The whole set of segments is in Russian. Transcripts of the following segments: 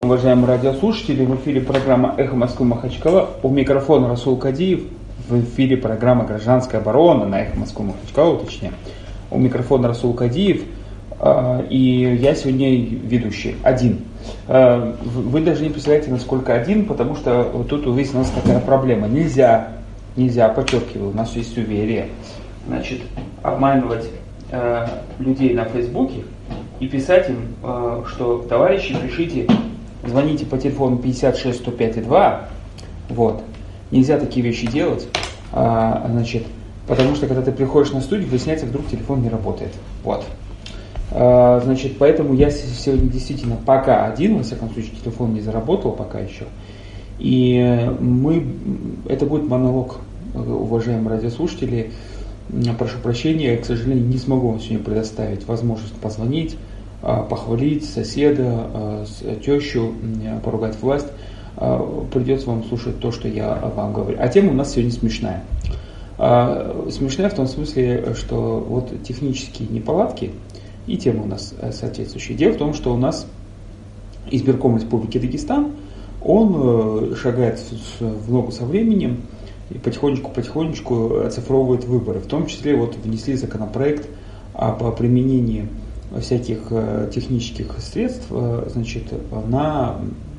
Уважаемые радиослушатели, в эфире программа «Эхо Москвы» Махачкала. У микрофона Расул Кадиев. В эфире программа «Гражданская оборона» на «Эхо Москвы» Махачкала, точнее. У микрофона Расул Кадиев. И я сегодня ведущий, один. Вы даже не представляете, насколько один, потому что вот тут выяснилась такая проблема. Нельзя, подчеркиваю, у нас есть суеверие, значит, обманывать людей на Фейсбуке и писать им, что товарищи, пишите, звоните по телефону 56 105 2. Вот. Нельзя такие вещи делать, значит, потому что когда ты приходишь на студию, выясняется, вдруг телефон не работает. Вот. Значит, поэтому я сегодня действительно пока один, во всяком случае, телефон не заработал пока еще. И это будет монолог, уважаемые радиослушатели. Прошу прощения, к сожалению, не смогу вам сегодня предоставить возможность позвонить, похвалить соседа, тещу, поругать власть. Придется вам слушать то, что я вам говорю. А тема у нас сегодня смешная. Смешная в том смысле, что вот технические неполадки и тема у нас соответствующая. Дело в том, что у нас избирком Республики Дагестан, он шагает в ногу со временем и потихонечку оцифровывает выборы. В том числе вот внесли законопроект о применении всяких технических средств, значит, на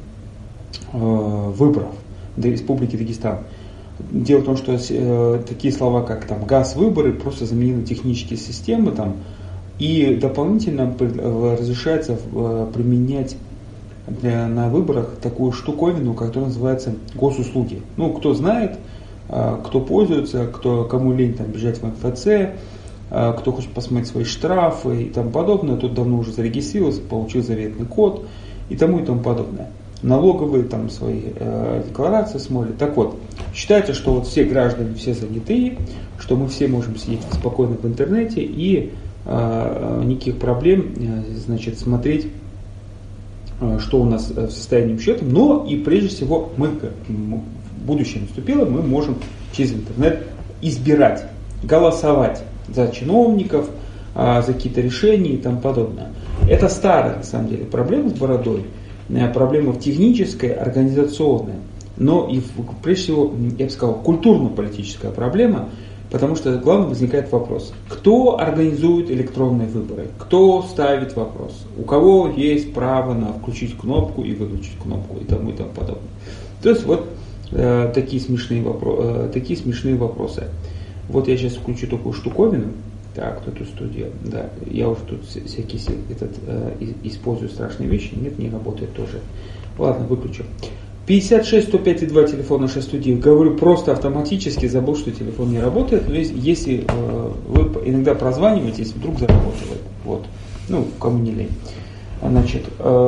выборах Республики Дагестан. Дело в том, что такие слова, как там газ-выборы, просто заменены технические системы там, и дополнительно разрешается применять на выборах такую штуковину, которая называется госуслуги. Ну, кто знает, кто пользуется, кому лень там бежать в МФЦ, кто хочет посмотреть свои штрафы и тому подобное, тот давно уже зарегистрировался, получил заветный код и тому подобное. Налоговые там свои декларации смотрят. Так вот, считается, что вот все граждане, все занятые, что мы все можем сидеть спокойно в интернете и никаких проблем, значит, смотреть, что у нас в состоянии счета. Но и прежде всего будущее наступило, мы можем через интернет избирать, голосовать за чиновников, за какие-то решения и тому подобное. Это старая, на самом деле, проблема с бородой, проблема техническая, организационная, но и, прежде всего, я бы сказал, культурно-политическая проблема, потому что главное возникает вопрос, кто организует электронные выборы, кто ставит вопрос, у кого есть право на включить кнопку и выключить кнопку и тому подобное. То есть вот такие смешные вопросы. Вот я сейчас включу такую штуковину. Так, тут студия. Да, я уже тут всякие использую страшные вещи. Нет, не работает тоже. Ладно, выключу. 56 105 2 телефон нашей студии. Говорю просто автоматически, забыл, что телефон не работает. Но если вы иногда прозваниваетесь, вдруг заработает. Вот. Ну, кому не лень. Значит,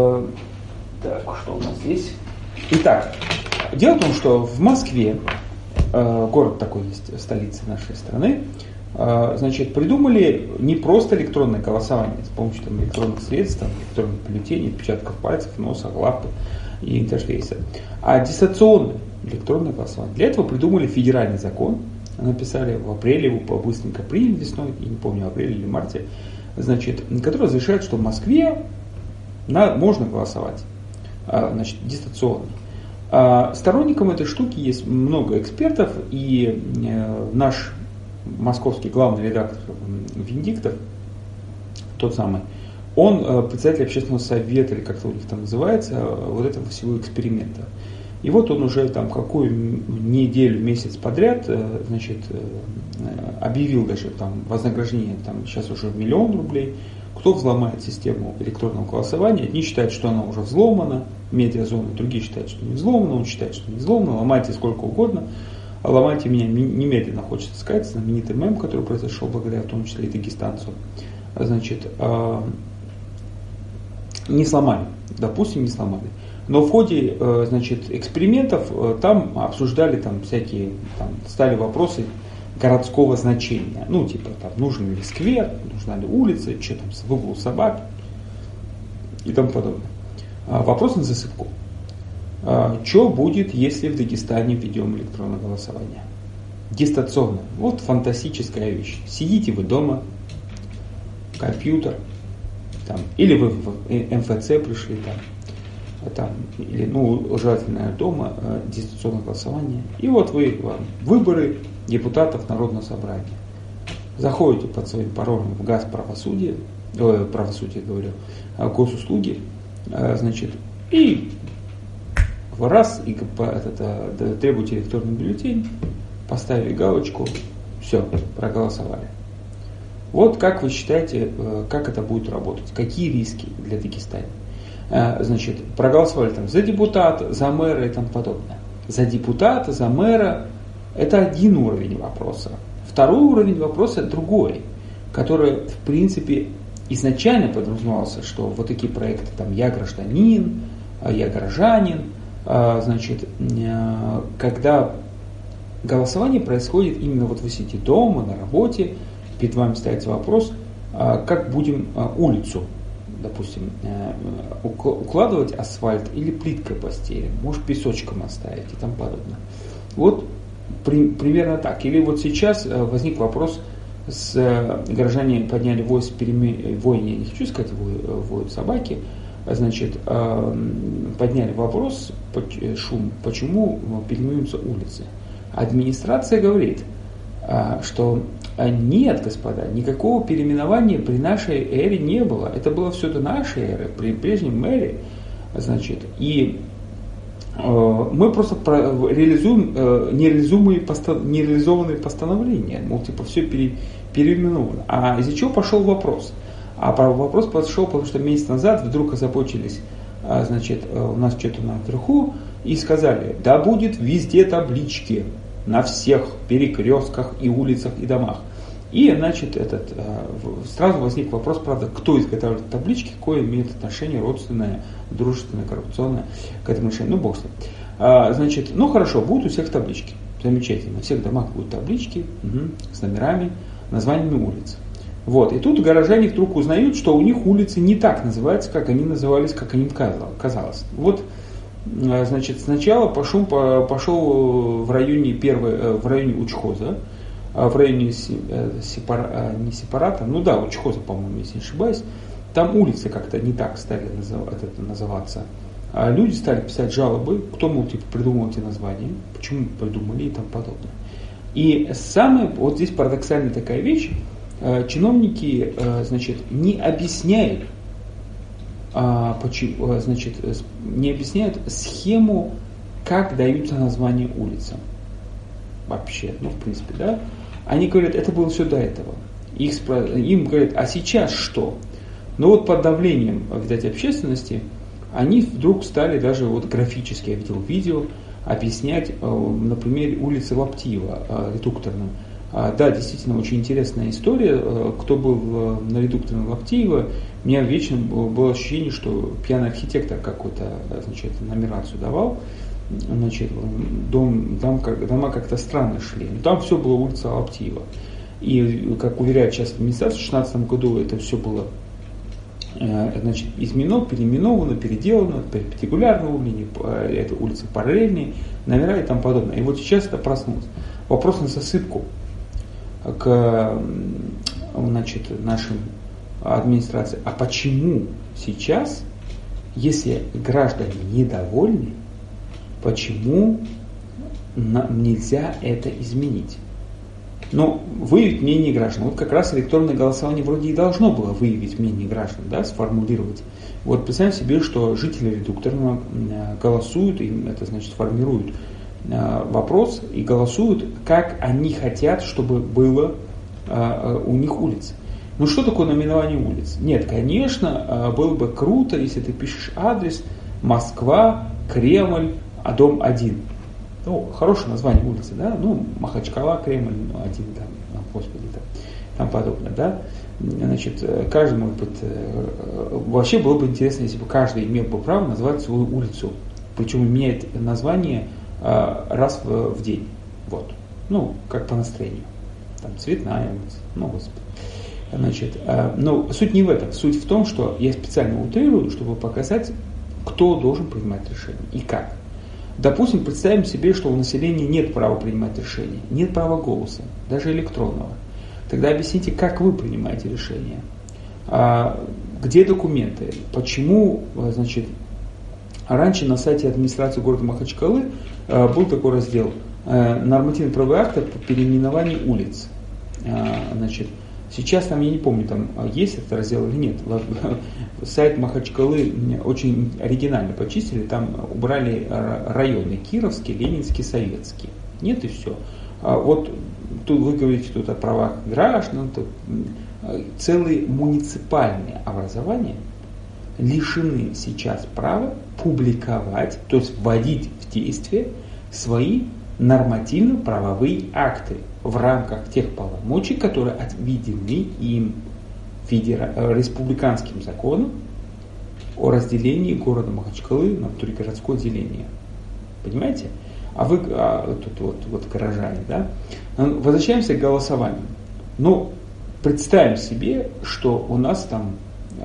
так, что у нас здесь? Итак, дело в том, что в Москве, город такой есть, столица нашей страны, значит, придумали не просто электронное голосование с помощью там, электронных средств, электронных бюллетеней, отпечатков пальцев, носа, лапы и интерфейса, а дистанционное электронное голосование. Для этого придумали федеральный закон, написали в апреле, его быстренько приняли весной, я не помню, в апреле или марте, значит, который разрешает, что в Москве можно голосовать, значит, дистанционно. Сторонником этой штуки есть много экспертов, и наш московский главный редактор Венедиктов, тот самый, он председатель общественного совета, или как-то у них там называется, вот этого всего эксперимента. И вот он уже там какую неделю, месяц подряд, значит, объявил даже там вознаграждение, там сейчас уже 1 000 000 рублей. Кто взломает систему электронного голосования, одни считают, что она уже взломана, медиазона, другие считают, что не взломана, он считает, что не взломана, ломайте сколько угодно, ломайте меня немедленно, хочется сказать, знаменитый мем, который произошел благодаря в том числе и дагестанцу, значит, не сломали, допустим, не сломали. Но в ходе, значит, экспериментов там обсуждали там всякие, там стали вопросы городского значения. Ну, типа, там, нужен ли сквер, нужна ли улица, что там, в углу собаки и тому подобное. Вопрос на засыпку. Что будет, если в Дагестане введем электронное голосование? Дистанционно. Вот фантастическая вещь. Сидите вы дома, компьютер, там, или вы в МФЦ пришли там, там, или, ну, желательно дома, дистанционное голосование. И вот выборы депутатов Народного собрания. Заходите под своим паролем в Газправосудие, госуслуги, значит, и в раз и требуете электронный бюллетень, поставили галочку, все, проголосовали. Вот как вы считаете, как это будет работать? Какие риски для Дагестана? Значит, проголосовали там за депутата, за мэра и тому подобное. За депутата, за мэра – это один уровень вопроса. Второй уровень вопроса другой, который, в принципе, изначально подразумевался, что вот такие проекты, там, «Я гражданин», «Я горожанин», значит, когда голосование происходит именно вот вы сидите дома, на работе, перед вами ставится вопрос, как будем улицу, допустим, укладывать асфальт или плиткой постелим, может песочком оставить и тому подобное. Вот примерно так. Или вот сейчас возник вопрос, горожане подняли вой, я не хочу сказать вой собаки, значит, подняли вопрос, шум, почему переименуются улицы. Администрация говорит, что нет, господа, никакого переименования при нашей эре не было. Это было все до нашей эры, при прежнем мэре. Значит, и мы просто реализуем нереализованные постановления. Мол, типа, все переименовано. А из-за чего пошел вопрос? А вопрос пошел, потому что месяц назад вдруг озаботились, значит, у нас что-то наверху, и сказали, да будет везде таблички на всех перекрестках и улицах и домах. И, значит, сразу возник вопрос, правда, кто изготавливает таблички, какое имеет отношение родственное, дружественное, коррупционное к этому решению. Ну, бог с ним. Значит, ну хорошо, будут у всех таблички. Замечательно. На всех домах будут таблички с номерами, названиями улиц. Вот. И тут горожане вдруг узнают, что у них улицы не так называются, как они назывались, как им казалось. Вот, значит, сначала пошел в районе Учхоза, в районе не сепарата, ну да, Учхоза, по-моему, если не ошибаюсь, там улицы как-то не так стали называться. А люди стали писать жалобы, кто, мол, типа, придумал эти названия, почему придумали и тому подобное. И вот здесь парадоксальная такая вещь, чиновники, значит, не объясняют, не объясняют схему, как даются названия улицам. Вообще, ну, в принципе, да. Они говорят, это было все до этого. Им говорят, а сейчас что? Но вот под давлением, видать, общественности, они вдруг стали даже вот графически, я видел видео, объяснять, на примере улицы Лаптиева, редукторном. Да, действительно, очень интересная история. Кто был на редукторном Лаптиева, у меня вечно было ощущение, что пьяный архитектор какой-то, значит, нумерацию давал. Значит, дома как-то странно шли. Но там все было улица Лаптиева. И, как уверяют сейчас администрация, в 2016 году это все было, значит, изменено, переименовано, переделано, перпендикулярные уровни, это улицы параллельные, номера и тому подобное. И вот сейчас это проснулось. Вопрос на засыпку к, значит, нашим администрации. А почему сейчас, если граждане недовольны, почему нельзя это изменить? Но выявить мнение граждан. Вот как раз электронное голосование вроде и должно было выявить мнение граждан, да, сформулировать. Вот представим себе, что жители редукторного голосуют, им это, значит, формируют вопрос и голосуют, как они хотят, чтобы было у них улиц. Ну что такое наименование улиц? Нет, конечно, было бы круто, если ты пишешь адрес Москва, Кремль, дом 1. Ну, хорошее название улицы, да? Ну, Махачкала, Кремль, 1, там, господи, там подобное, да? Значит, каждый, может быть, вообще было бы интересно, если бы каждый имел бы право назвать свою улицу. Причем меняет название раз в день. Вот. Ну, как по настроению. Там цветная улица. Ну, господи. Значит, но суть не в этом. Суть в том, что я специально утрирую, чтобы показать, кто должен принимать решение и как. Допустим, представим себе, что у населения нет права принимать решения, нет права голоса, даже электронного. Тогда объясните, как вы принимаете решение. Где документы? Почему, значит, раньше на сайте администрации города Махачкалы был такой раздел нормативно-правовые акты по переименованию улиц. Значит, сейчас там, я не помню, там есть этот раздел или нет. Сайт Махачкалы очень оригинально почистили, там убрали районы: Кировский, Ленинский, Советский. Нет, и все. Вот тут вы говорите тут о правах граждан, тут целые муниципальные образования лишены сейчас права публиковать, то есть вводить в действие свои нормативно-правовые акты в рамках тех полномочий, которые отведены им республиканским законом о разделении города Махачкалы на внутригородское деление. Понимаете? А вы тут вот горожане, да? Возвращаемся к голосованию. Ну, представим себе, что у нас там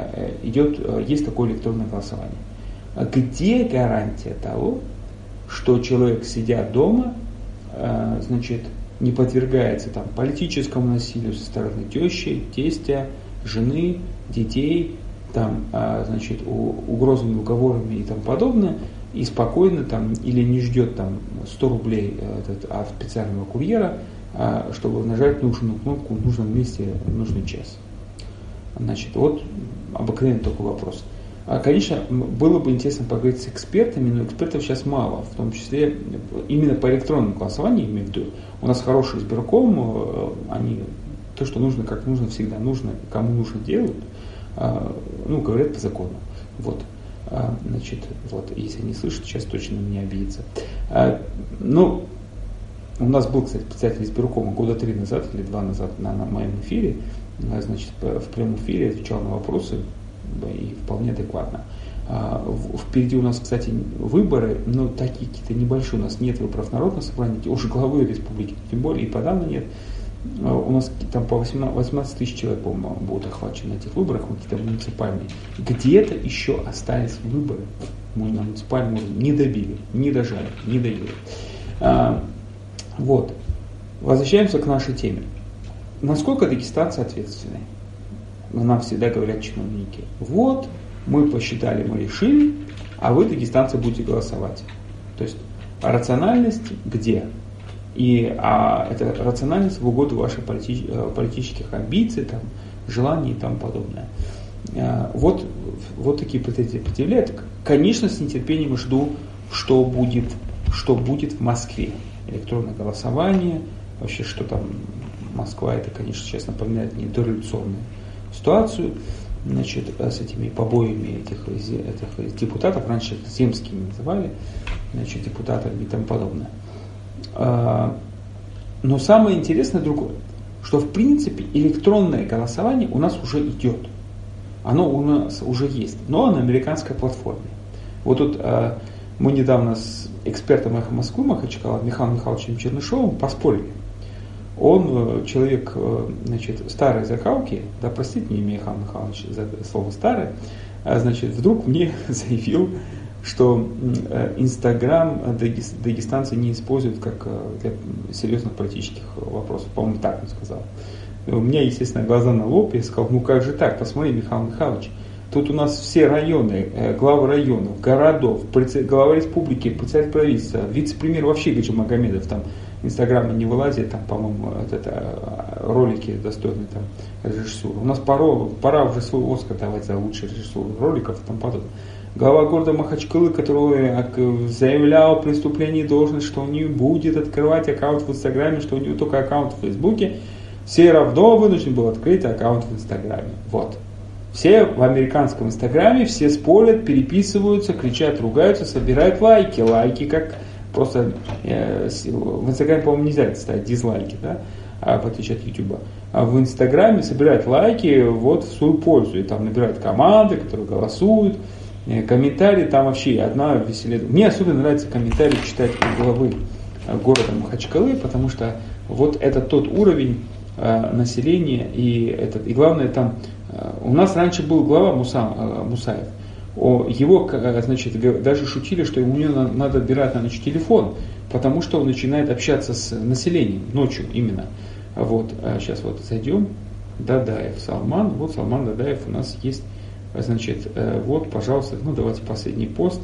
есть такое электронное голосование. Где гарантия того, что человек, сидя дома, значит, не подвергается там политическому насилию со стороны тещи, тестя, жены, детей, там, значит, угрозами, уговорами и тому подобное, и спокойно там, или не ждет там 100 рублей от специального курьера, чтобы нажать нужную кнопку в нужном месте в нужный час. Значит, вот обыкновенный такой вопрос. Конечно, было бы интересно поговорить с экспертами, но экспертов сейчас мало, в том числе именно по электронному голосованию, имею в виду. У нас хороший избирком, они то, что нужно, как нужно, всегда нужно, кому нужно делают, ну, говорят по закону. Вот. Значит, вот, если не слышат, сейчас точно не обидится. Ну, у нас был, кстати, председатель избиркома года 3 назад или 2 назад на моем эфире, значит, в прямом эфире отвечал на вопросы и вполне адекватно. Впереди у нас, кстати, выборы, но такие какие-то небольшие, у нас нет выборов народного собрания, уже главы республики, тем более и подавно нет. У нас там по 18 тысяч человек, по-моему, будут охвачены на этих выборах, какие-то муниципальные. Где-то еще остались выборы на муниципальном уровне, не добили, не дожали, не доели. Вот. Возвращаемся к нашей теме. Насколько дагестанцы ответственны? Нам всегда говорят чиновники: вот, мы посчитали, мы решили, а вы, дагестанцы, будете голосовать. То есть рациональность где? Это рациональность в угоду ваших политических амбиций, там, желаний и тому подобное. Вот такие претензии предъявляют. Конечно, с нетерпением жду, что будет в Москве. Электронное голосование, вообще что там Москва, это, конечно, сейчас напоминает мне дореволюционную ситуацию, значит, с этими побоями этих депутатов, раньше это земскими называли, значит, депутатами и тому подобное. Но самое интересное другое, что в принципе электронное голосование у нас уже идет. Оно у нас уже есть, но на американской платформе. Вот тут мы недавно с экспертом «Эхо Москвы» Махачкала Михаилом Михайловичем Чернышовым поспорили. Он человек, значит, старой закалки, да простит меня Михаил Михайлович за слово «старый», значит, вдруг мне заявил, что Инстаграм дагестанцы не используют как для серьезных политических вопросов. По-моему, так он сказал. У меня, естественно, глаза на лоб, я сказал: ну как же так, посмотри, Михаил Михайлович, тут у нас все районы, главы районов, городов, глава республики, председатель правительства, вице-премьер вообще Гаджи Магомедов там Инстаграма не вылазит, там, по-моему, ролики достойные там режиссуры. У нас пора уже свой Оскар давать за лучший режиссуру роликов и тому подобное. Глава города Махачкалы, который заявлял при вступлении в должность, что он не будет открывать аккаунт в Инстаграме, что у него только аккаунт в Фейсбуке, все равно вынужден был открыть аккаунт в Инстаграме. Вот. Все в американском Инстаграме, все спорят, переписываются, кричат, ругаются, собирают лайки. Лайки как просто в Инстаграме, по-моему, нельзя ставить дизлайки, да, в отличие от Ютуба. А в Инстаграме собирают лайки вот в свою пользу. И там набирают команды, которые голосуют. Комментарии там вообще одна веселее. Мне особенно нравится комментарии читать у главы города Махачкалы, потому что вот это тот уровень населения, и главное там, у нас раньше был глава Мусаев, его, значит, даже шутили, что у него надо отбирать на ночь телефон, потому что он начинает общаться с населением, ночью именно. Вот, сейчас вот зайдем, Дадаев Салман, вот Салман Дадаев у нас есть, значит, вот, пожалуйста, ну давайте последний пост,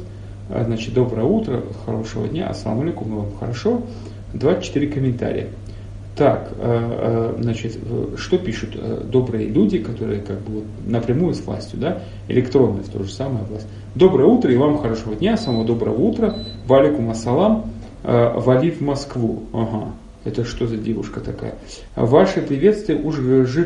Значит, доброе утро, хорошего дня, ассаламу алейкум, вам хорошо. 24 комментария. Так, значит, что пишут добрые люди, которые как бы вот напрямую с властью, да, электронная, то же самое власть. Доброе утро и вам хорошего дня, самого доброго утра, валикум ассалам, вали в Москву. Ага, это что за девушка такая? Ваши приветствия у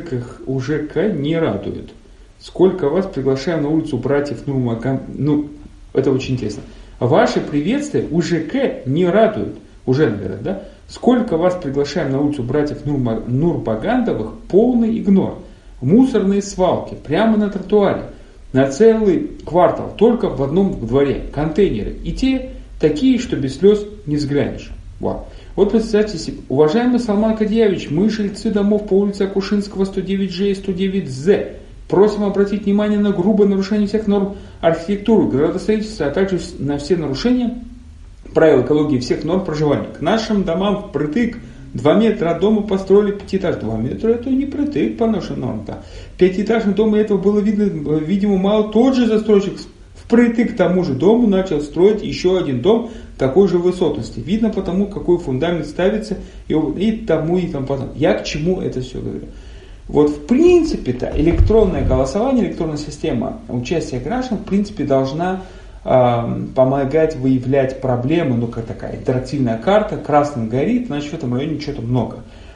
ЖК не радуют. Сколько вас приглашаем на улицу братьев Нурмаган... Ну, это очень интересно. Ваши приветствия у ЖК не радуют. Уже, наверное, да? Сколько вас приглашаем на улицу братьев Нурбагандовых, полный игнор. Мусорные свалки, прямо на тротуаре, на целый квартал, только в одном дворе, контейнеры. И те такие, что без слез не взглянешь. Вау. Вот представьте себе, уважаемый Салман Кадьявич, мы жильцы домов по улице Акушинского 109Ж и 109З. Просим обратить внимание на грубое нарушение всех норм архитектуры, градостроительства, а также на все нарушения правил экологии всех норм проживания. К нашим домам впритык 2 метра от дома построили пятиэтажный. 2 метра это не притык по нашим нормам. Пятиэтажный дом, и этого было видно, видимо, мало. Тот же застройщик впритык к тому же дому начал строить еще один дом такой же высотности. Видно потому, какой фундамент ставится и тому потом. Я к чему это все говорю? Вот в принципе-то электронное голосование, электронная система участия граждан в принципе должна помогать выявлять проблемы, ну как такая интерактивная карта, красным горит, значит в этом районе что-то много.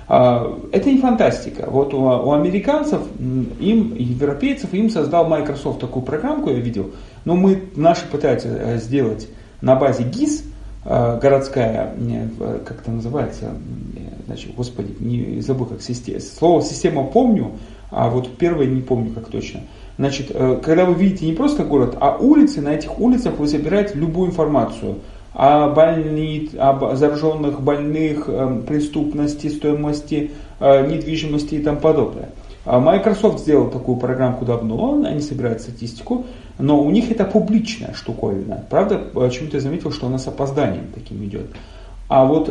Это не фантастика. Вот у американцев, европейцев, им создал Microsoft такую программку, я видел, но наши пытаются сделать на базе GIS, городская, как это называется, значит, господи, не забыл как система. Слово система помню, а вот первое не помню как точно. Значит, когда вы видите не просто город, а улицы, на этих улицах вы собираете любую информацию о зараженных, больных, преступности, стоимости недвижимости и тому подобное. Microsoft сделал такую программку давно, они собирают статистику, но у них это публичная штуковина. Правда, почему-то я заметил, что она с опозданием таким идет. А вот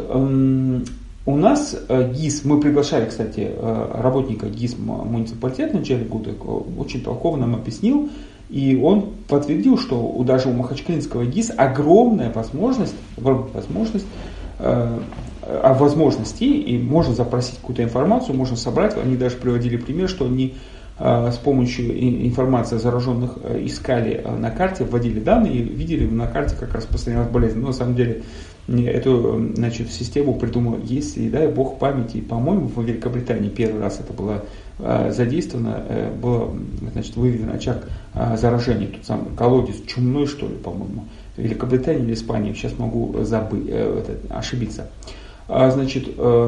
у нас ГИС, мы приглашали, кстати, работника ГИС муниципалитета в начале года, очень толково нам объяснил, и он подтвердил, что даже у махачкалинского ГИС огромная возможность, и можно запросить какую-то информацию, можно собрать. Они даже приводили пример, что они с помощью информации о зараженных искали на карте, вводили данные и видели на карте, как распространялась болезнь. Но на самом деле эту, значит, систему придумал, если, дай бог памяти, по-моему, в Великобритании первый раз это было задействовано, было, значит, выявлен очаг заражения, тот самый колодец чумной, что ли, по-моему, в Великобритании или Испании, сейчас могу ошибиться. Значит,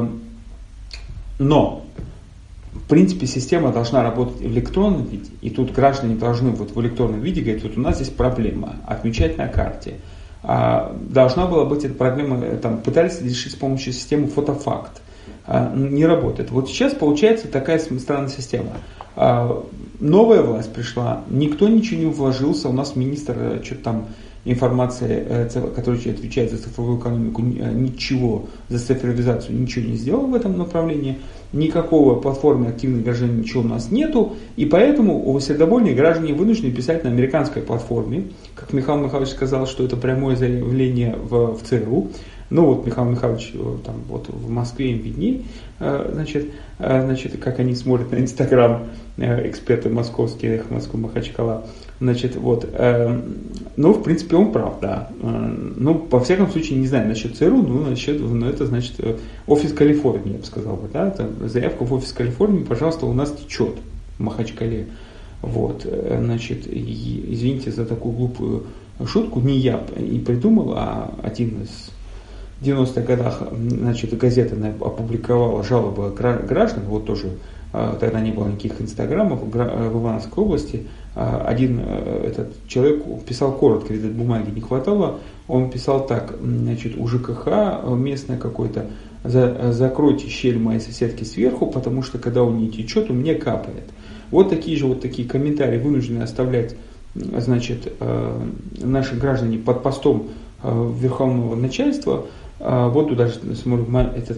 но в принципе система должна работать в электронном виде, и тут граждане должны вот в электронном виде говорить, вот у нас здесь проблема, отмечать на карте. Должна была быть эта проблема, пытались решить с помощью системы фотофакт. Не работает. Вот сейчас получается такая странная система. Новая власть пришла, никто ничего не вложился, у нас министр что-то там информация, который отвечает за цифровую экономику, ничего, за цифровизацию ничего не сделал в этом направлении, никакого платформы активных граждан ничего у нас нету, и поэтому сердобольные граждане вынуждены писать на американской платформе, как Михаил Михайлович сказал, что это прямое заявление в ЦРУ. Ну вот Михаил Михайлович там вот в Москве им видней, значит, как они смотрят на Инстаграм, эксперты московские, Москва, Махачкала. Значит, вот, ну, в принципе, он прав, да. Ну, во всяком случае, не знаю насчет ЦРУ, но это значит офис Калифорнии, я бы сказал, да. Это заявка в офис Калифорнии, пожалуйста, у нас течет в Махачкале. Вот, значит, извините за такую глупую шутку, не я и придумал, а один из 90-х годах, значит, газета опубликовала жалобы граждан, вот тоже тогда не было никаких инстаграмов в Ивановской области. Один этот человек писал коротко, видать, бумаги не хватало, он писал так, значит, у ЖКХ местное какое-то, закройте щель моей соседки сверху, потому что когда у нее течет, у меня капает. Вот такие комментарии вынуждены оставлять, значит, наши граждане под постом верховного начальства. Вот туда же смотрим,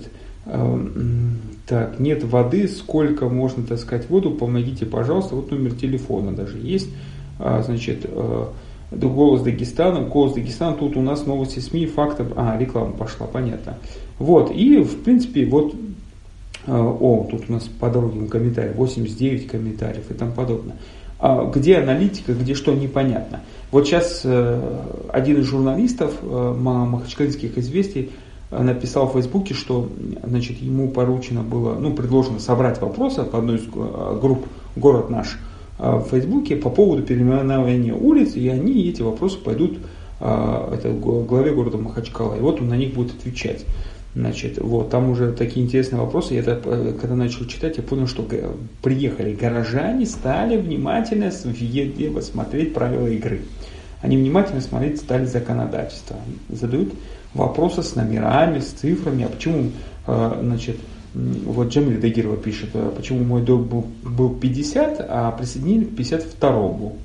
так, нет воды, сколько можно таскать воду, помогите, пожалуйста, вот номер телефона даже есть, значит, Голос Дагестана, тут у нас новости СМИ, фактов, реклама пошла, понятно. Вот, и в принципе, вот, тут у нас по дороге комментарий, 89 комментариев и тому подобное. Где аналитика, где что, непонятно. Вот сейчас один из журналистов махачкалинских известий написал в Фейсбуке, что, значит, ему поручено было, предложено собрать вопросы от одной из групп «Город наш» в Фейсбуке по поводу переименования улиц, и эти вопросы пойдут главе города Махачкала, и вот он на них будет отвечать. Значит, вот, там уже такие интересные вопросы. Я когда начал читать, я понял, что приехали горожане, стали внимательно смотреть правила игры. Они внимательно смотреть стали законодательство. Задают вопросы с номерами, с цифрами. А почему, вот Джамиль Дагирова пишет, почему мой дом был 50, а присоединили к 52-му.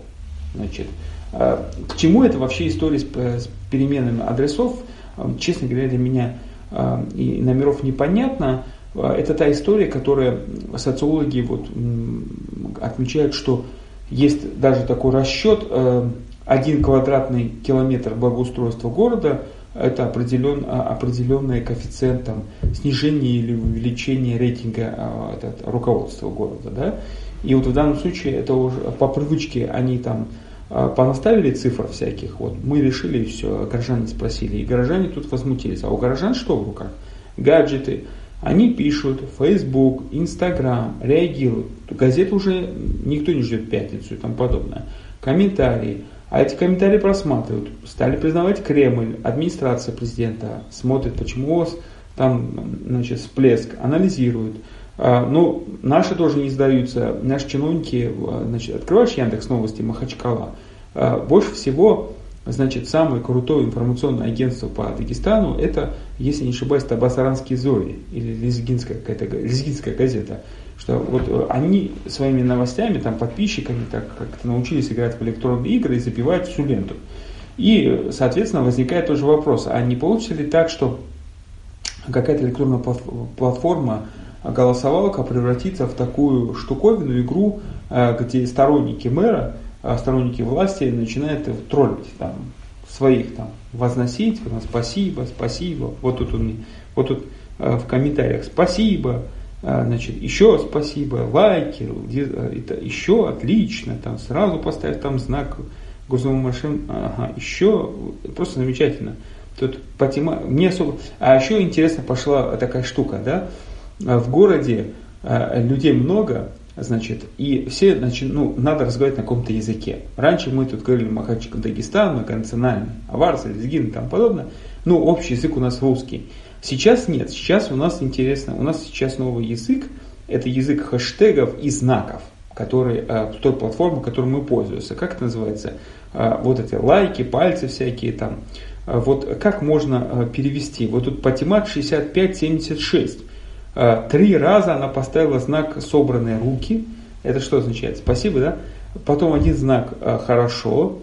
К чему это вообще история с переменами адресов? Честно говоря, для меня и номеров непонятно. Это та история, которая социологи отмечают, что есть даже такой расчет, 1 квадратный километр благоустройства города – это определенный коэффициент снижения или увеличения рейтинга руководства города. Да? И вот в данном случае это уже по привычке они понаставили цифр всяких, мы решили и все, горожане спросили, и горожане тут возмутились. А у горожан что в руках? Гаджеты. Они пишут, Facebook, Instagram, реагируют. Газеты уже никто не ждет пятницу и тому подобное. Комментарии. А эти комментарии просматривают. Стали признавать Кремль, администрация президента, смотрит, почему у вас всплеск, анализируют. Наши тоже не сдаются, наши чиновники, открываешь Яндекс Новости Махачкала, больше всего, самое крутое информационное агентство по Дагестану, это, если не ошибаюсь, Табасаранские зори, или Лезгинская газета, что они своими новостями, подписчиками, как-то научились играть в электронные игры и забивать всю ленту. И, соответственно, возникает тоже вопрос, а не получится ли так, что какая-то электронная платформа, голосовалка превратится в такую штуковину, игру, где сторонники мэра, сторонники власти начинают троллить, своих возносить, спасибо, вот тут в комментариях спасибо, еще спасибо, лайки, еще отлично, сразу поставь знак грузовой машины, еще, просто замечательно. Тут мне особо. А еще интересно пошла такая штука, да? В городе людей много, и все, надо разговаривать на каком-то языке. Раньше мы тут говорили Махачкала, Дагестан, многонациональный, Аварса, Лезгин и тому подобное. Общий язык у нас русский. Сейчас нет, сейчас у нас интересно, у нас сейчас новый язык, это язык хэштегов и знаков, который, той платформы, которой мы пользуемся. Как это называется? Вот эти лайки, пальцы всякие . Как можно перевести? Тут Патимат 6576. 3 раза она поставила знак «собранные руки». Это что означает? Спасибо, да? Потом один знак «хорошо»,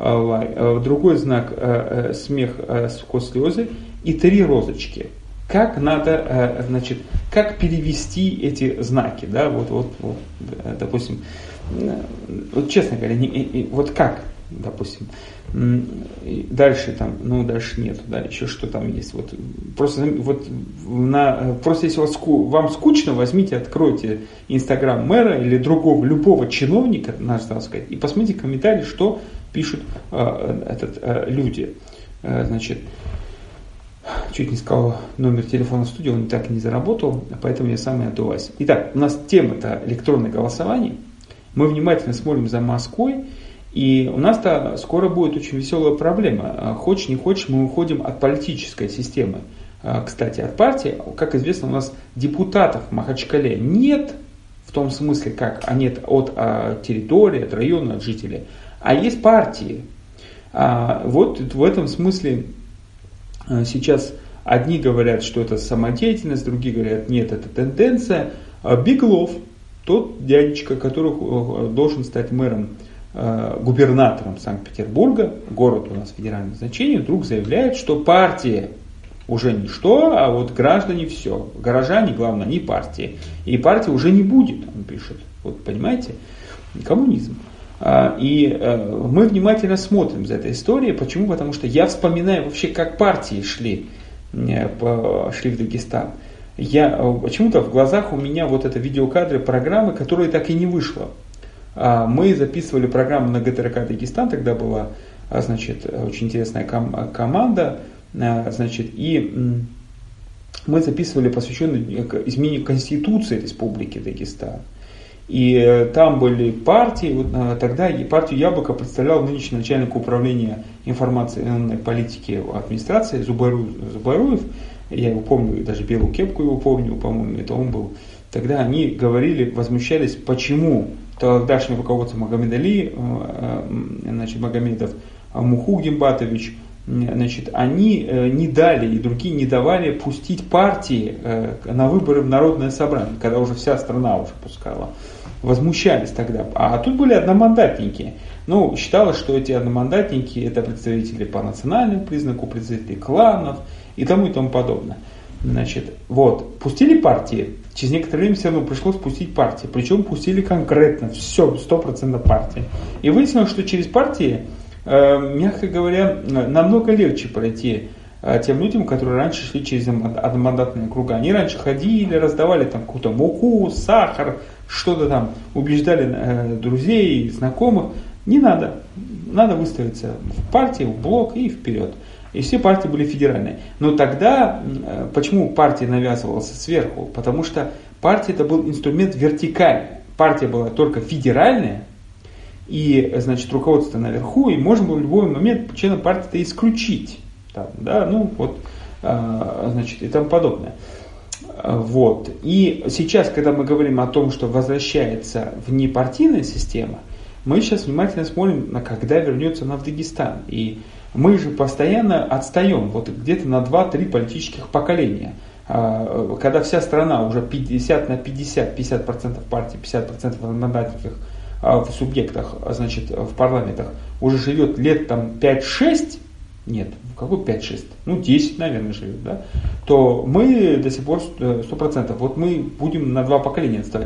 другой знак «смех сквозь слезы» и 3 розочки. Как надо, как перевести эти знаки, да? Допустим, честно говоря, как, допустим, дальше дальше нету, да, еще что там есть. Просто если вам скучно, возьмите, откройте Инстаграм мэра или любого чиновника, надо сказать, и посмотрите комментарии, что пишут люди. Чуть не сказал номер телефона в студии, он так и не заработал, поэтому я сам и отдуваюсь. Итак, у нас тема это электронное голосование. Мы внимательно смотрим за Москвой. И у нас-то скоро будет очень веселая проблема. Хочешь не хочешь, мы уходим от политической системы. Кстати, от партии, как известно, у нас депутатов в Махачкале нет в том смысле, как нет от территории, от района, от жителей, а есть партии. В этом смысле сейчас одни говорят, что это самодеятельность, другие говорят, нет, это тенденция. Беглов, тот дядечка, который должен стать мэром, губернатором Санкт-Петербурга, город у нас федеральное значение, вдруг заявляет, что партия уже ничто, а граждане все. Горожане, главное, не партии. И партии уже не будет, он пишет. Понимаете? Коммунизм. И мы внимательно смотрим за этой историей. Почему? Потому что я вспоминаю вообще, как партии шли в Дагестан. Почему-то в глазах у меня вот это видеокадры программы, которая так и не вышла. Мы записывали программу на ГТРК Дагестан, тогда была, значит, очень интересная команда, значит, и мы записывали посвященную изменению Конституции Республики Дагестан. И там были партии, тогда партию «Яблоко» представлял нынешний начальник управления информационной политики администрации Зубаруев. Я его помню, даже белую кепку его помню, по-моему, это он был. Тогда они говорили, возмущались, почему тогдашний руководство Магомед Али, значит, Магомедов, Муху Гимбатович, значит, они не дали и другие не давали пустить партии на выборы в Народное собрание, когда уже вся страна уже пускала. Возмущались тогда. А тут были одномандатники. Ну, считалось, что эти одномандатники это представители по национальному признаку, представители кланов и тому подобное. Значит, вот, пустили партии. Через некоторое время все равно пришлось пустить партии. Причем пустили конкретно, все, 100% партии. И выяснилось, что через партии, мягко говоря, намного легче пройти тем людям, которые раньше шли через одномандатные округа. Они раньше ходили, раздавали там какую-то муку, сахар, что-то там, убеждали друзей, знакомых. Не надо. Надо выставиться в партию, в блок и вперед. И все партии были федеральные. Но тогда, почему партия навязывалась сверху? Потому что партия это был инструмент вертикальный. Партия была только федеральная, и, значит, руководство наверху, и можно было в любой момент члена партии исключить. Там, да, ну вот, значит, и тому подобное. Вот. И сейчас, когда мы говорим о том, что возвращается внепартийная система, мы сейчас внимательно смотрим, на когда вернется она в Дагестан. И мы же постоянно отстаем, вот где-то на 2-3 политических поколения. Когда вся страна уже 50 на 50, 50% партий, 50% мандатников в субъектах, значит, в парламентах, уже живет лет там 5-6, нет, какой 5-6, ну 10, наверное, живет, да, то мы до сих пор 100%, вот мы будем на 2 поколения отставать.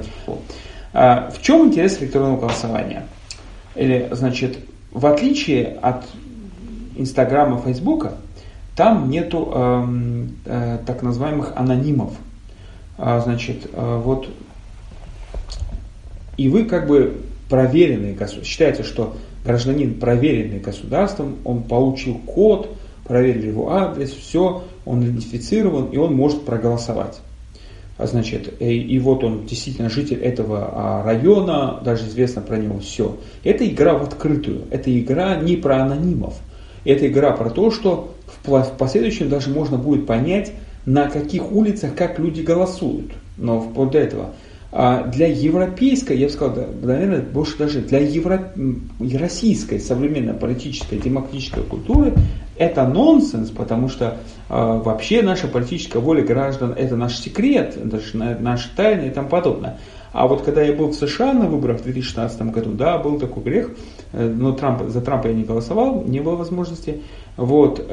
В чем интерес электронного голосования? Или, значит, в отличие от Инстаграма, Фейсбука, там нету так называемых анонимов. Значит, вот, и вы как бы проверенный государство. Считается, что гражданин, проверенный государством, он получил код, проверили его адрес, все, он идентифицирован, и он может проголосовать. Значит, и вот он действительно житель этого района, даже известно про него все. Это игра в открытую, это игра не про анонимов. Это игра про то, что в последующем даже можно будет понять, на каких улицах как люди голосуют. Но вплоть до этого. Для европейской, я бы сказал, наверное, больше даже для российской современной политической демократической культуры это нонсенс, потому что вообще наша политическая воля граждан это наш секрет, наша тайна и тому подобное. А вот когда я был в США на выборах в 2016 году, да, был такой грех, но за Трампа я не голосовал, не было возможности. Вот,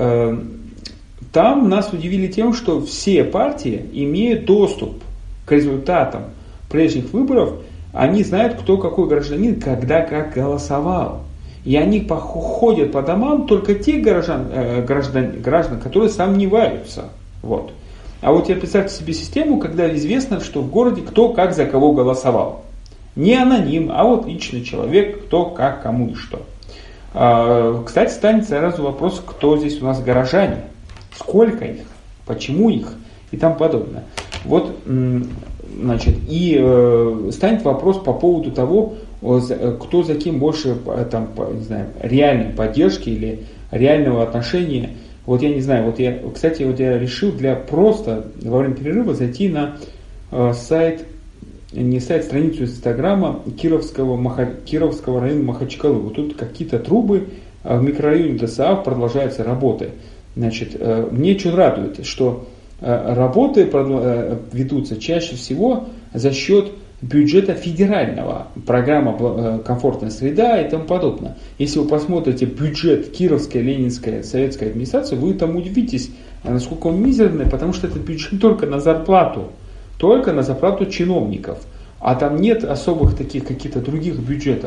там нас удивили тем, что все партии имеют доступ к результатам прежних выборов, они знают, кто какой гражданин, когда как голосовал. И они ходят по домам только те граждан, которые сомневаются. Вот. А вот теперь представьте себе систему, когда известно, что в городе кто как за кого голосовал. Не аноним, а вот личный человек, кто как, кому и что. Кстати, станет сразу вопрос, кто здесь у нас горожане, сколько их, почему их и тому подобное. Вот, значит, и станет вопрос по поводу того, кто за кем больше там, не знаю, реальной поддержки или реального отношения. Вот я не знаю, вот я, кстати, вот я решил просто во время перерыва зайти на сайт, не сайт, страницу Инстаграма Кировского района Махачкалы. Вот тут какие-то трубы в микрорайоне ДСА продолжаются работы. Значит, мне что радует, что работы ведутся чаще всего за счет бюджета федерального, программа «Комфортная среда» и тому подобное. Если вы посмотрите бюджет Кировской, Ленинской, Советской администрации, вы там удивитесь, насколько он мизерный, потому что это бюджет только на зарплату чиновников. А там нет особых таких каких-то других бюджетов.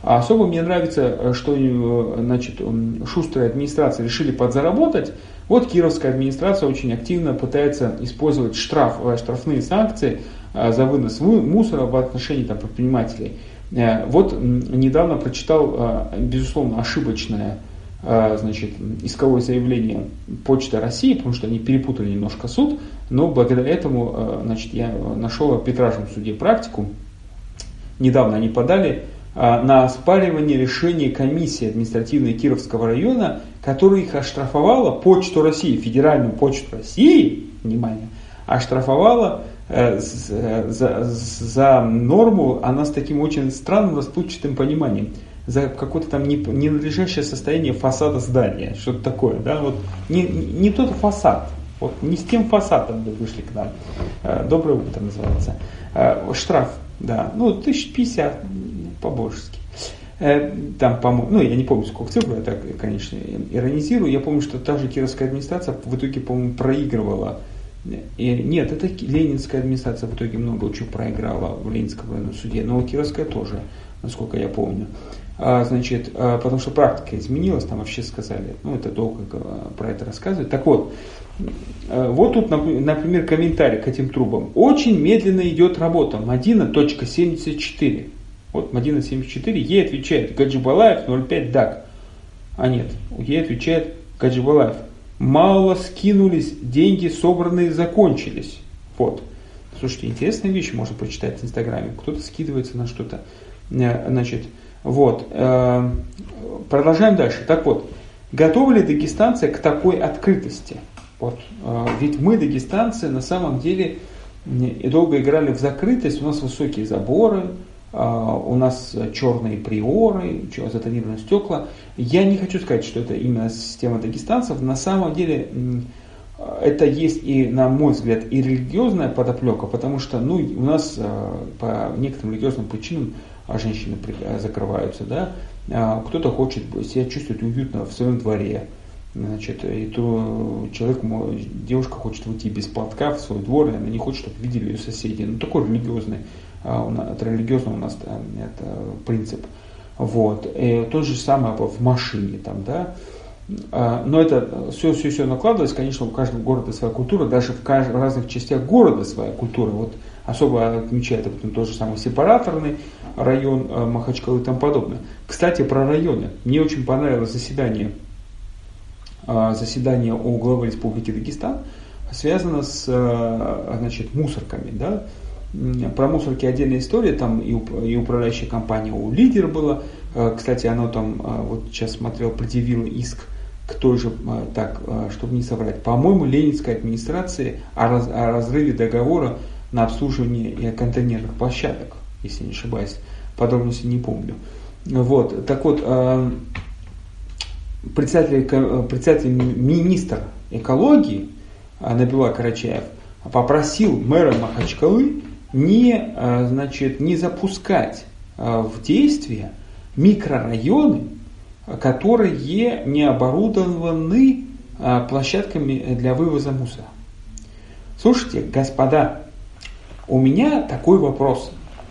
А особо мне нравится, что значит, шустрая администрация решили подзаработать. Вот кировская администрация очень активно пытается использовать штрафные санкции за вынос мусора в отношении там, предпринимателей. Вот недавно прочитал, безусловно, ошибочное значит, исковое заявление Почты России, потому что они перепутали немножко суд, но благодаря этому значит, я нашел в арбитражном суде практику. Недавно они подали на оспаривание решения комиссии административной Кировского района, которая их оштрафовала, Почту России, Федеральную Почту России, внимание, оштрафовала за норму, она с таким очень странным расплывчатым пониманием, за какое-то там ненадлежащее состояние фасада здания, что-то такое, да, вот не тот фасад, вот не с тем фасадом вы вышли к нам, доброе утро называется, штраф, да, ну 1050 по-божески. Там, по-моему, я не помню, сколько цифр, я так, конечно, иронизирую. Я помню, что та же кировская администрация в итоге, по-моему, проигрывала. Нет, это ленинская администрация в итоге много чего проиграла в Ленинском районном суде, но кировская тоже, насколько я помню. Значит, потому что практика изменилась, там вообще сказали, это долго про это рассказывать. Так вот, вот тут, например, комментарий к этим трубам. Очень медленно идет работа. Мадина.74. Вот Мадина 74, ей отвечает Гаджибалаев 05 ДАК. А нет, ей отвечает Гаджибалаев. Мало скинулись, деньги собранные закончились. Вот. Слушайте, интересные вещи можно прочитать в Инстаграме. Кто-то скидывается на что-то. Значит, вот. Продолжаем дальше. Так вот, готовы ли дагестанцы к такой открытости? Вот. Ведь мы, дагестанцы, на самом деле долго играли в закрытость. У нас высокие заборы, у нас черные приоры, затонированные стекла. Я не хочу сказать, что это именно система дагестанцев. На самом деле это есть и, на мой взгляд, и религиозная подоплека, потому что у нас по некоторым религиозным причинам женщины закрываются, да? Кто-то хочет себя чувствовать уютно в своем дворе. Значит, и то девушка хочет выйти без платка в свой двор, и она не хочет, чтобы видели ее соседи. Такой религиозный. Это религиозный у нас это принцип. Вот. И то же самое в машине. Там, да? Но это все накладывается, конечно, у каждого города своя культура, даже в разных частях города своя культура. Вот особо отмечает тот же самый сепараторный район Махачкалы и тому подобное. Кстати, про районы. Мне очень понравилось заседание у главы Республики Дагестан, связано с мусорками. Да? Про мусорки отдельная история, там и управляющая компания у «Лидер» была. Кстати, она там, вот сейчас смотрел, предъявила иск к той же, так, чтобы не соврать, по-моему, ленинской администрации о разрыве договора на обслуживание контейнерных площадок, если не ошибаюсь, подробности не помню. Вот, так вот, председатель министр экологии Набилла Карачаев попросил мэра Махачкалы не запускать в действие микрорайоны, которые не оборудованы площадками для вывоза мусора. Слушайте, господа, у меня такой вопрос.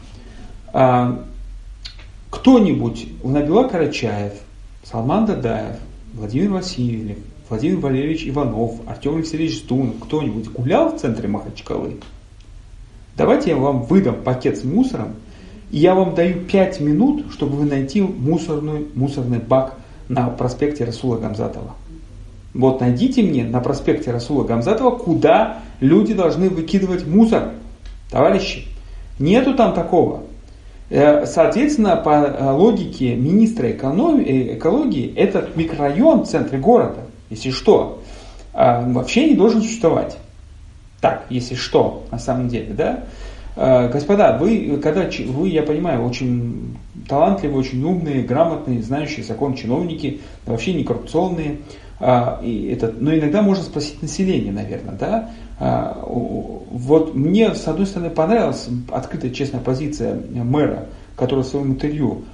Кто-нибудь в Набилла Карачаев, Салман Дадаев, Владимир Васильев, Владимир Валерьевич Иванов, Артем Алексеевич Сдунов, кто-нибудь гулял в центре Махачкалы? Давайте я вам выдам пакет с мусором, и я вам даю 5 минут, чтобы вы найти мусорный бак на проспекте Расула Гамзатова. Вот найдите мне на проспекте Расула Гамзатова, куда люди должны выкидывать мусор. Товарищи, нету там такого. Соответственно, по логике министра экологии, этот микрорайон в центре города, если что, вообще не должен существовать. Так, если что, на самом деле, да? Господа, вы, я понимаю, очень талантливые, очень умные, грамотные, знающие закон чиновники, вообще не коррупционные, но иногда можно спросить население, наверное, да? Вот мне, с одной стороны, понравилась открытая, честная позиция мэра, который в своем интервью,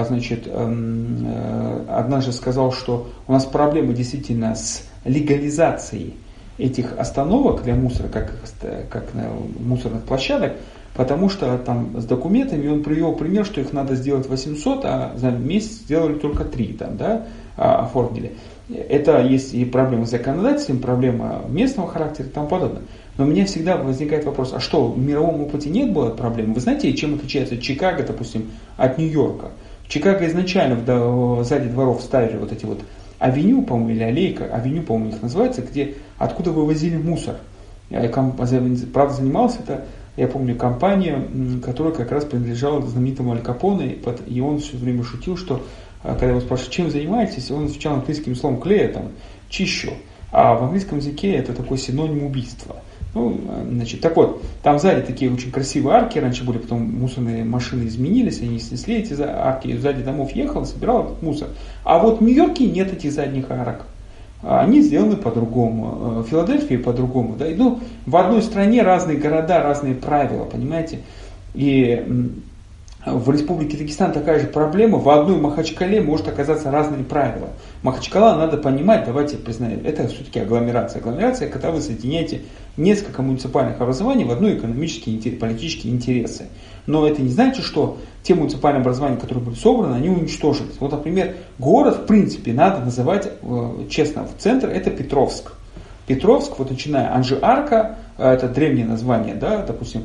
однажды сказал, что у нас проблемы действительно с легализацией этих остановок для мусора, как на мусорных площадок, Потому что там с документами он привел пример, что их надо сделать 800, а за месяц сделали только 3 там, да, оформили. Это есть и проблема с законодательством, проблема местного характера и тому подобное. Но у меня всегда возникает вопрос, а что, в мировом опыте нет было проблем? Вы знаете, чем отличается Чикаго, допустим, от Нью-Йорка? В Чикаго изначально сзади дворов ставили вот эти вот авеню, по-моему, или аллейка, авеню, по-моему, их называется, откуда вывозили мусор. Правда, занималась это, я помню, компания, которая как раз принадлежала знаменитому Аль Капоне, и он все время шутил, что когда его спрашивают, чем вы занимаетесь, он отвечал английским словом клея, там, чищу. А в английском языке это такой синоним убийства. Так вот, там сзади такие очень красивые арки раньше были, потом мусорные машины изменились, они снесли эти арки, и сзади домов ехал, собирал этот мусор. А вот в Нью-Йорке нет этих задних арок. Они сделаны по-другому, в Филадельфии по-другому. Да? В одной стране разные города, разные правила, понимаете? И в Республике Дагестан такая же проблема. В одной Махачкале может оказаться разные правила. Махачкала, надо понимать, давайте признаем, это все-таки агломерация. Агломерация, когда вы соединяете несколько муниципальных образований в одну экономические и политические интересы. Но это не значит, что те муниципальные образования, которые были собраны, они уничтожились. Вот, например, город, в принципе, надо называть, честно, в центр это Петровск. Петровск, вот начиная Анжи-Арка, это древнее название, да, допустим,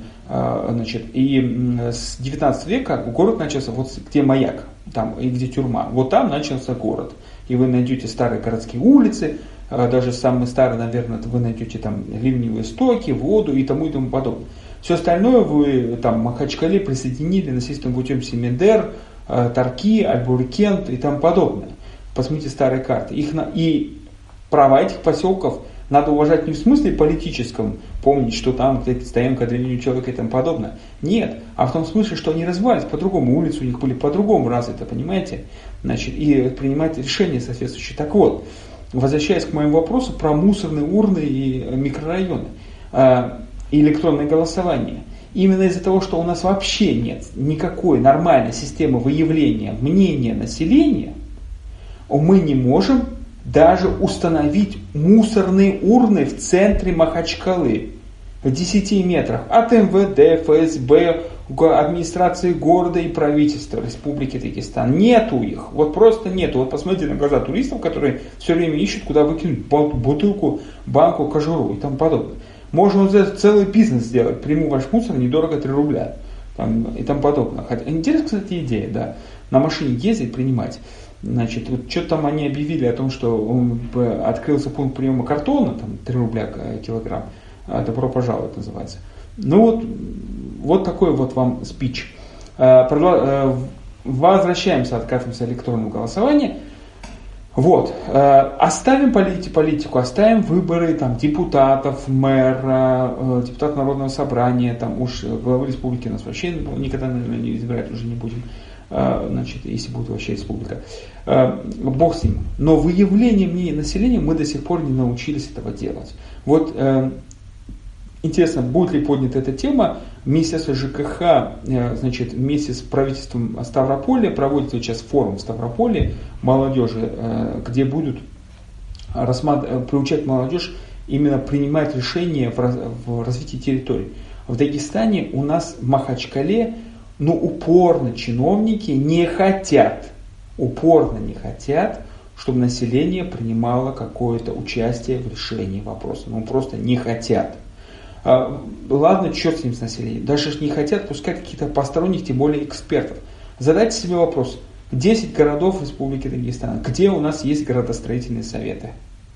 и с 19 века город начался, вот где маяк, там, и где тюрьма, вот там начался город. И вы найдете старые городские улицы, даже самые старые, наверное, вы найдете там ливневые стоки, воду и тому подобное. Все остальное вы там Махачкале присоединили насильственным путем Семендер, Тарки, Альбуркент и тому подобное. Посмотрите старые карты. И права этих поселков надо уважать не в смысле политическом, помнить, что там где-то стоянка древнего человека и тому подобное. Нет, а в том смысле, что они развивались по-другому, улицы у них были по-другому развиты, понимаете? И принимать решения соответствующие. Так вот, возвращаясь к моему вопросу про мусорные урны и микрорайоны, и электронное голосование. Именно из-за того, что у нас вообще нет никакой нормальной системы выявления мнения населения, мы не можем даже установить мусорные урны в центре Махачкалы, в 10 метрах от МВД, ФСБ, администрации города и правительства Республики Дагестан. Нету их, вот просто нету. Вот посмотрите на глаза туристов, которые все время ищут, куда выкинуть бутылку, банку, кожуру и тому подобное. Можно вот целый бизнес сделать, приму ваш мусор, недорого 3 рубля и тому подобное. Интересная, кстати, идея, да, на машине ездить, принимать. Вот что-то там они объявили о том, что открылся пункт приема картона, там 3 рубля килограмм, добро пожаловать называется. Вот такой вот вам спич. Возвращаемся, откатываемся к электронному голосованию. Оставим политику, оставим выборы там, депутатов, мэра, депутатов Народного собрания, там уж главы республики нас вообще никогда, наверное, не избирать уже не будем. Если будет вообще республика. Бог с ним. Но выявление мнения населения мы до сих пор не научились этого делать. Интересно, будет ли поднята эта тема. Министерство ЖКХ, вместе с правительством Ставрополя проводит сейчас форум в Ставрополе молодежи, где будут приучать молодежь именно принимать решения в развитии территории. В Дагестане у нас в Махачкале упорно чиновники упорно не хотят, чтобы население принимало какое-то участие в решении вопроса. Просто не хотят. Ладно, черт с ним, с населением. Даже не хотят пускать каких-то посторонних, тем более экспертов. Задайте себе вопрос. 10 городов Республики Дагестан. Где у нас есть городостроительные советы?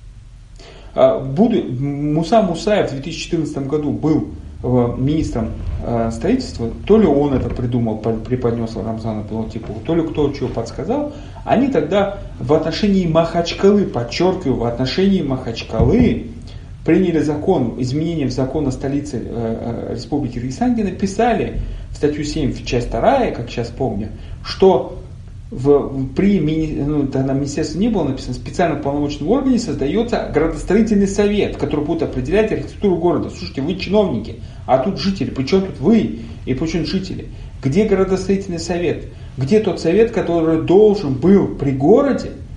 Муса Мусаев в 2014 году был министром строительства, то ли он это придумал, преподнес Рамзану Белотипову, то ли кто чего подсказал, они тогда в отношении Махачкалы, подчеркиваю, в отношении Махачкалы приняли закон, изменения в закон о столице Республики Дагестан, где написали в статью 7, в часть 2, как сейчас помню, что тогда министерство не было написано, в специальном полномочном органе создается градостроительный совет, который будет определять архитектуру города. Слушайте, вы чиновники, а тут жители. Причем тут вы и причем жители? Где градостроительный совет? Где тот совет, который должен был при городе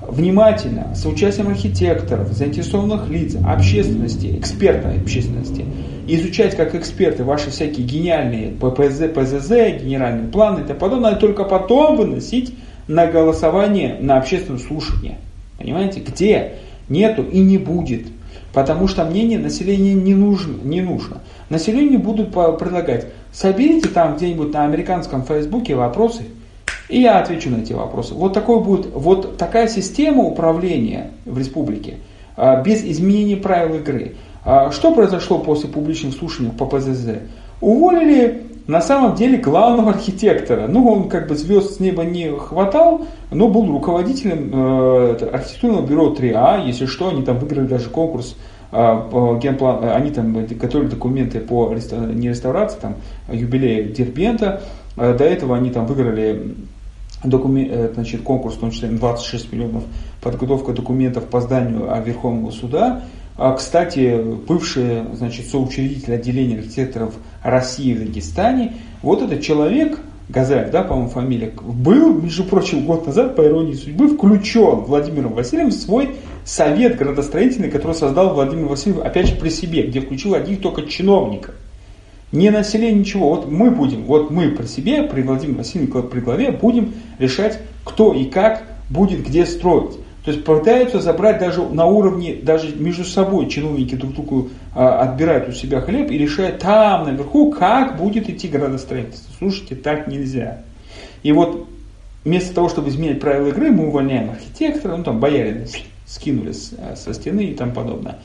внимательно, с участием архитекторов, заинтересованных лиц, общественности, экспертов общественности, изучать как эксперты ваши всякие гениальные ППЗ, ПЗЗ, генеральные планы и тому подобное, и только потом выносить на голосование, на общественное слушание. Понимаете? Где? Нету и не будет. Потому что мнение населения не нужно. Населению будут предлагать: соберите там где-нибудь на американском Фейсбуке вопросы, и я отвечу на эти вопросы. Вот такая система управления в республике, без изменения правил игры. Что произошло после публичных слушаний по ПЗЗ? Уволили на самом деле главного архитектора. Он звезд с неба не хватал, но был руководителем архитектурного бюро 3А. Если что, они там выиграли даже конкурс по генплану, они там готовили документы по не реставрации, там юбилею Дербента. До этого они там выиграли конкурс, в том числе 26 миллионов, подготовка документов по зданию Верховного суда. Кстати, бывший соучредитель отделения архитекторов России в Дагестане, вот этот человек, Газаев, по-моему, фамилия, был, между прочим, год назад, по иронии судьбы, включен Владимиром Васильевым в свой совет градостроительный, который создал Владимир Васильев, опять же, при себе, где включил одних только чиновников. Не население, ничего. Мы при себе, при Владимире Васильеве при главе будем решать, кто и как будет где строить. То есть пытаются забрать даже на уровне, даже между собой чиновники друг другу отбирают у себя хлеб и решают там наверху, как будет идти градостроительство. Слушайте, так нельзя. И вот вместо того, чтобы изменять правила игры, мы увольняем архитектора, боярина скинули со стены и тому подобное.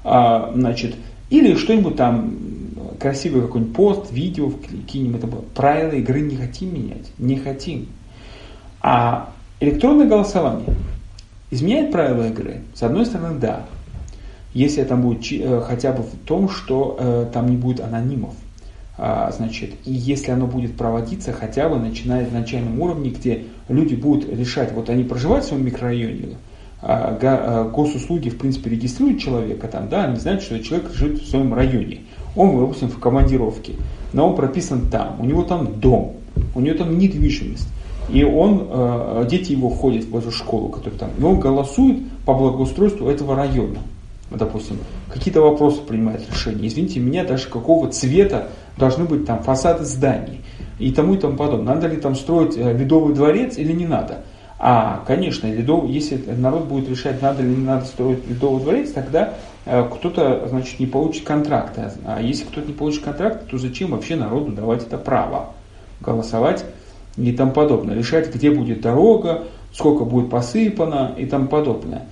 Или что-нибудь там, красивый какой-нибудь пост, видео, кинем, правила игры не хотим менять, не хотим. А электронное голосование изменяет правила игры? С одной стороны, да. Если это будет хотя бы в том, что там не будет анонимов. И если оно будет проводиться хотя бы начиная с начальном уровне, где люди будут решать, вот они проживают в своем микрорайоне, госуслуги в принципе регистрируют человека там, они знают, что человек живет в своем районе. Он, допустим, в командировке, но он прописан там, у него там дом, у него там недвижимость. И дети его ходят в эту школу, которая там, и он голосует по благоустройству этого района. Допустим, какие-то вопросы принимает решения. Извините меня, даже какого цвета должны быть там фасады зданий и тому подобное. Надо ли там строить Ледовый дворец или не надо? Конечно, если народ будет решать, надо или не надо строить Ледовый дворец, тогда кто-то, не получит контракта. А если кто-то не получит контракт, то зачем вообще народу давать это право голосовать и тому подобное, решать, где будет дорога, сколько будет посыпано и тому подобное.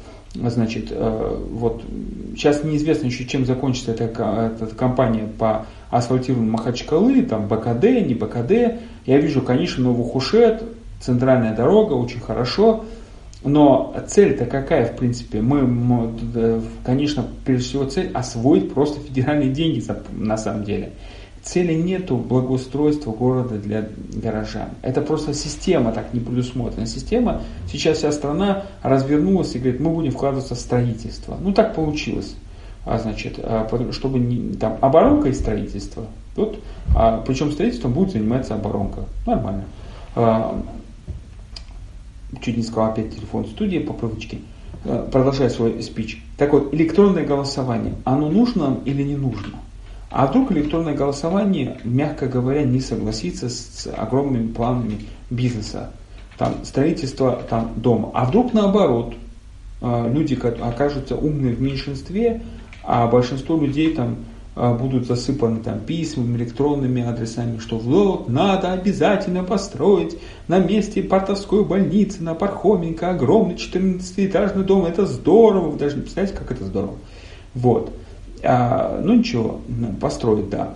Сейчас неизвестно еще, чем закончится эта кампания по асфальтированию Махачкалы, там БКД, не БКД. Я вижу, конечно, Новохушет, центральная дорога, очень хорошо. Но цель-то какая, в принципе? Мы, конечно, прежде всего цель освоить просто федеральные деньги на самом деле. Цели нету благоустройства города для горожан. Это просто система так не предусмотрена. Система, сейчас вся страна развернулась и говорит, мы будем вкладываться в строительство. Так получилось. Чтобы там оборонка и строительство. Причем строительством будет заниматься оборонка. Нормально. Чуть не сказал опять телефон в студии по привычке. Продолжаю свой спич. Так вот, электронное голосование, оно нужно нам или не нужно? А вдруг электронное голосование, мягко говоря, не согласится с огромными планами бизнеса, строительства дома. А вдруг наоборот, люди окажутся умные в меньшинстве, а большинство людей будут засыпаны письмами, электронными адресами, что надо обязательно построить на месте портовской больницы, на Пархоменко, огромный 14-этажный дом. Это здорово, вы даже не представляете, как это здорово. Ничего, построить, да.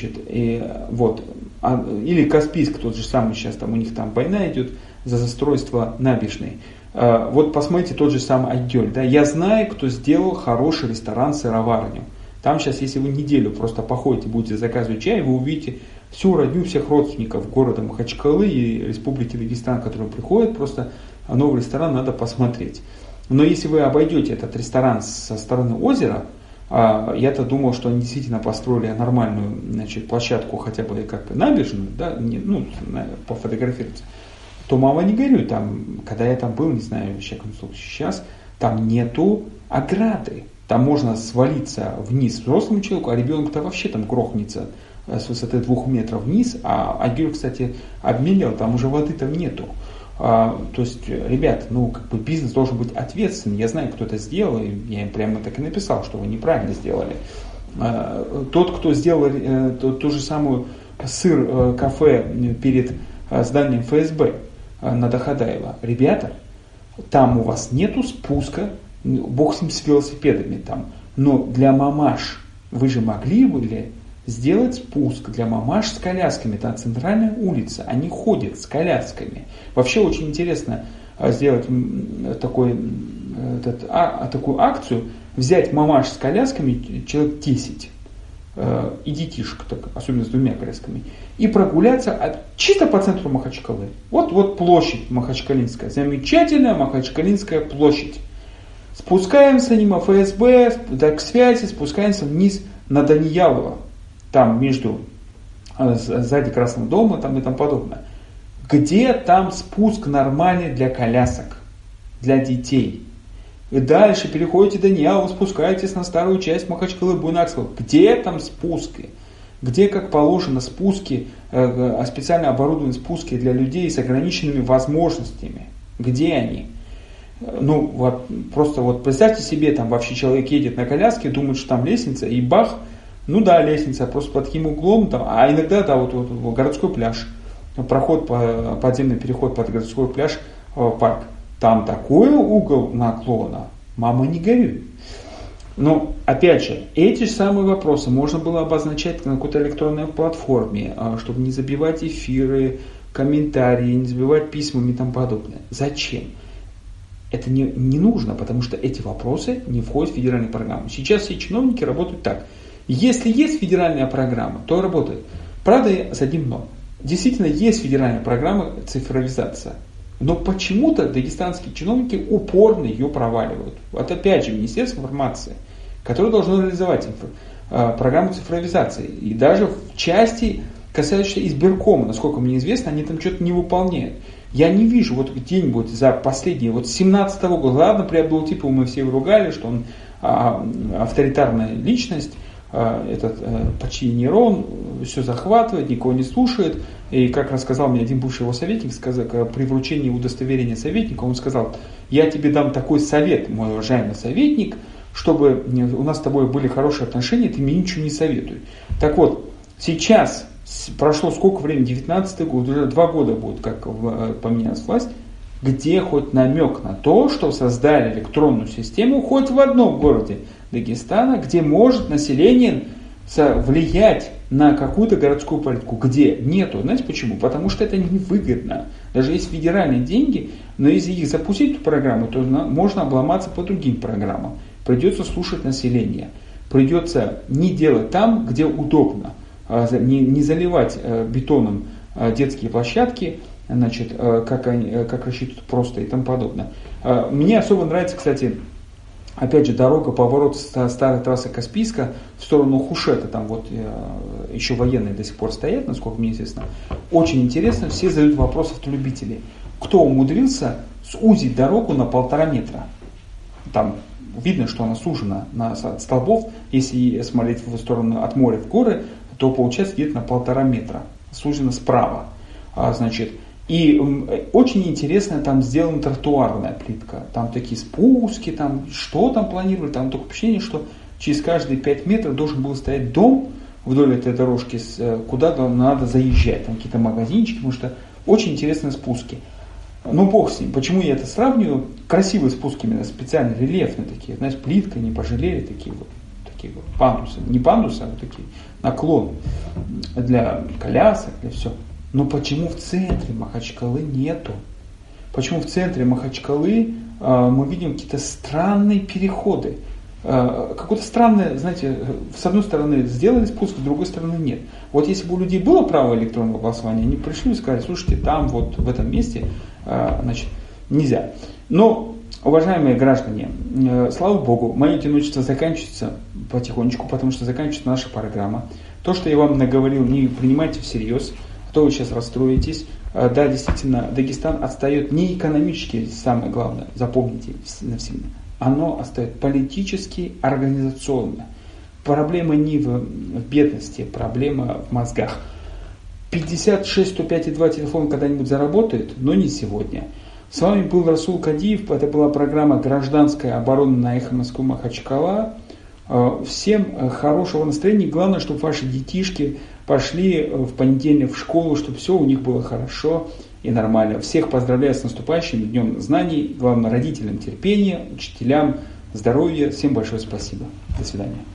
Или Каспийск, тот же самый, сейчас у них война идет за застройство набережной. Посмотрите тот же самый Айгёль. Я знаю, кто сделал хороший ресторан-сыроварню. Там сейчас, если вы неделю просто походите, будете заказывать чай, вы увидите всю родню всех родственников города Махачкалы и Республики Дагестан, которые приходят, просто новый ресторан надо посмотреть. Но если вы обойдете этот ресторан со стороны озера, я-то думал, что они действительно построили нормальную площадку, хотя бы как набережную, пофотографироваться. то мама не горюй, там, когда я там был, не знаю, сейчас там нету ограды. Там можно свалиться вниз взрослому человеку, а ребенок-то вообще там грохнется с высоты 2 метров вниз. А Георг, кстати, обменял, там уже воды там нету. То есть, ребят, бизнес должен быть ответственным. Я знаю, кто это сделал, и я им прямо так и написал, что вы неправильно сделали. Тот, кто сделал ту же самую сыр-кафе перед зданием ФСБ на Доходаева. Ребята, там у вас нету спуска, бог с ним, с велосипедами там, но для мамаш вы же могли были сделать спуск для мамаш с колясками, там центральная улица, они ходят с колясками. Вообще очень интересно сделать такую акцию, взять мамаш с колясками, человек 10, и детишек, так, особенно с 2 колясками, и прогуляться чисто по центру Махачкалы. Вот площадь Махачкалинская, замечательная Махачкалинская площадь. Спускаемся мимо ФСБ, к связи, спускаемся вниз на Даниялова, там между, сзади Красного дома там и тому подобное. Где там спуск нормальный для колясок, для детей? И дальше переходите Даниялова, спускаетесь на старую часть Махачкалы, Буйнакского. Где там спуски? Где, как положено, спуски, специально оборудованные спуски для людей с ограниченными возможностями? Где они? Просто представьте себе, там вообще человек едет на коляске, думает, что там лестница, и бах, лестница, просто под таким углом, там, а иногда, городской пляж, подземный переход под городской пляж, парк, там такой угол наклона, мама не горюй. Но, опять же, эти же самые вопросы можно было обозначать на какой-то электронной платформе, чтобы не забивать эфиры, комментарии, не забивать письмами и тому подобное. Зачем? Это не нужно, потому что эти вопросы не входят в федеральную программу. Сейчас все чиновники работают так. Если есть федеральная программа, то работает. Правда, с одним но. Действительно, есть федеральная программа цифровизация. Но почему-то дагестанские чиновники упорно ее проваливают. Вот опять же, Министерство информации, которое должно реализовать программу цифровизации. И даже в части, касающейся избиркома, насколько мне известно, они там что-то не выполняют. Я не вижу где-нибудь за последние, с 2017 года, ладно, при Абдултипову мы все ругали, что он авторитарная личность, почти нейрон, все захватывает, никого не слушает. И как рассказал мне один бывший его советник, при вручении удостоверения советника, он сказал: я тебе дам такой совет, мой уважаемый советник, чтобы у нас с тобой были хорошие отношения, ты мне ничего не советуй. Так вот, сейчас прошло сколько времени, 19-й год, уже 2 года будет, как поменялась власть, где хоть намек на то, что создали электронную систему хоть в одном городе Дагестана, где может население влиять на какую-то городскую политику. Где? Нету. Знаете почему? Потому что это невыгодно. Даже есть федеральные деньги, но если их запустить, эту программу, то можно обломаться по другим программам. Придется слушать население. Придется не делать там, где удобно. Не заливать бетоном детские площадки, как рассчитывают просто и тому подобное. Мне особо нравится, кстати, опять же, дорога, поворот с старой трассы Каспийска в сторону Хушета, там еще военные до сих пор стоят, насколько мне известно. Очень интересно, все задают вопрос автолюбителей. Кто умудрился сузить дорогу на 1,5 метра? Там видно, что она сужена от столбов, если смотреть в сторону от моря в горы, то получается где-то на 1,5 метра, сужена справа. И очень интересно, там сделана тротуарная плитка. Там такие спуски, там что там планировали, там такое впечатление, что через каждые 5 метров должен был стоять дом вдоль этой дорожки, куда надо заезжать. Там какие-то магазинчики, потому что очень интересные спуски. Ну бог с ним. Почему я это сравниваю? Красивые спуски, именно специально рельефные такие. Знаешь, плитка, не пожалели, такие вот пандусы. Не пандусы, а вот такие наклоны для колясок, для всего. Но почему в центре Махачкалы нету? Почему в центре Махачкалы мы видим какие-то странные переходы? Какое-то странное, знаете, с одной стороны сделали спуск, с другой стороны нет. Вот если бы у людей было право электронного голосования, они пришли и сказали: слушайте, там вот в этом месте нельзя. Но, уважаемые граждане, слава Богу, мое одиночество заканчивается потихонечку, потому что заканчивается наша программа. То, что я вам наговорил, не принимайте всерьез. То вы сейчас расстроитесь, Да, действительно, Дагестан отстает не экономически, самое главное, запомните навсегда, оно отстает политически, организационно. Проблема не в бедности, проблема в мозгах. 56 105,2 телефон когда-нибудь заработает, но не сегодня. С вами был Расул Кадиев, это была программа «Гражданская оборона» на Эхо Москвы Махачкала. Всем хорошего настроения, главное, чтобы ваши детишки пошли в понедельник в школу, чтобы все у них было хорошо и нормально. Всех поздравляю с наступающим Днем Знаний, главное родителям терпения, учителям здоровья. Всем большое спасибо. До свидания.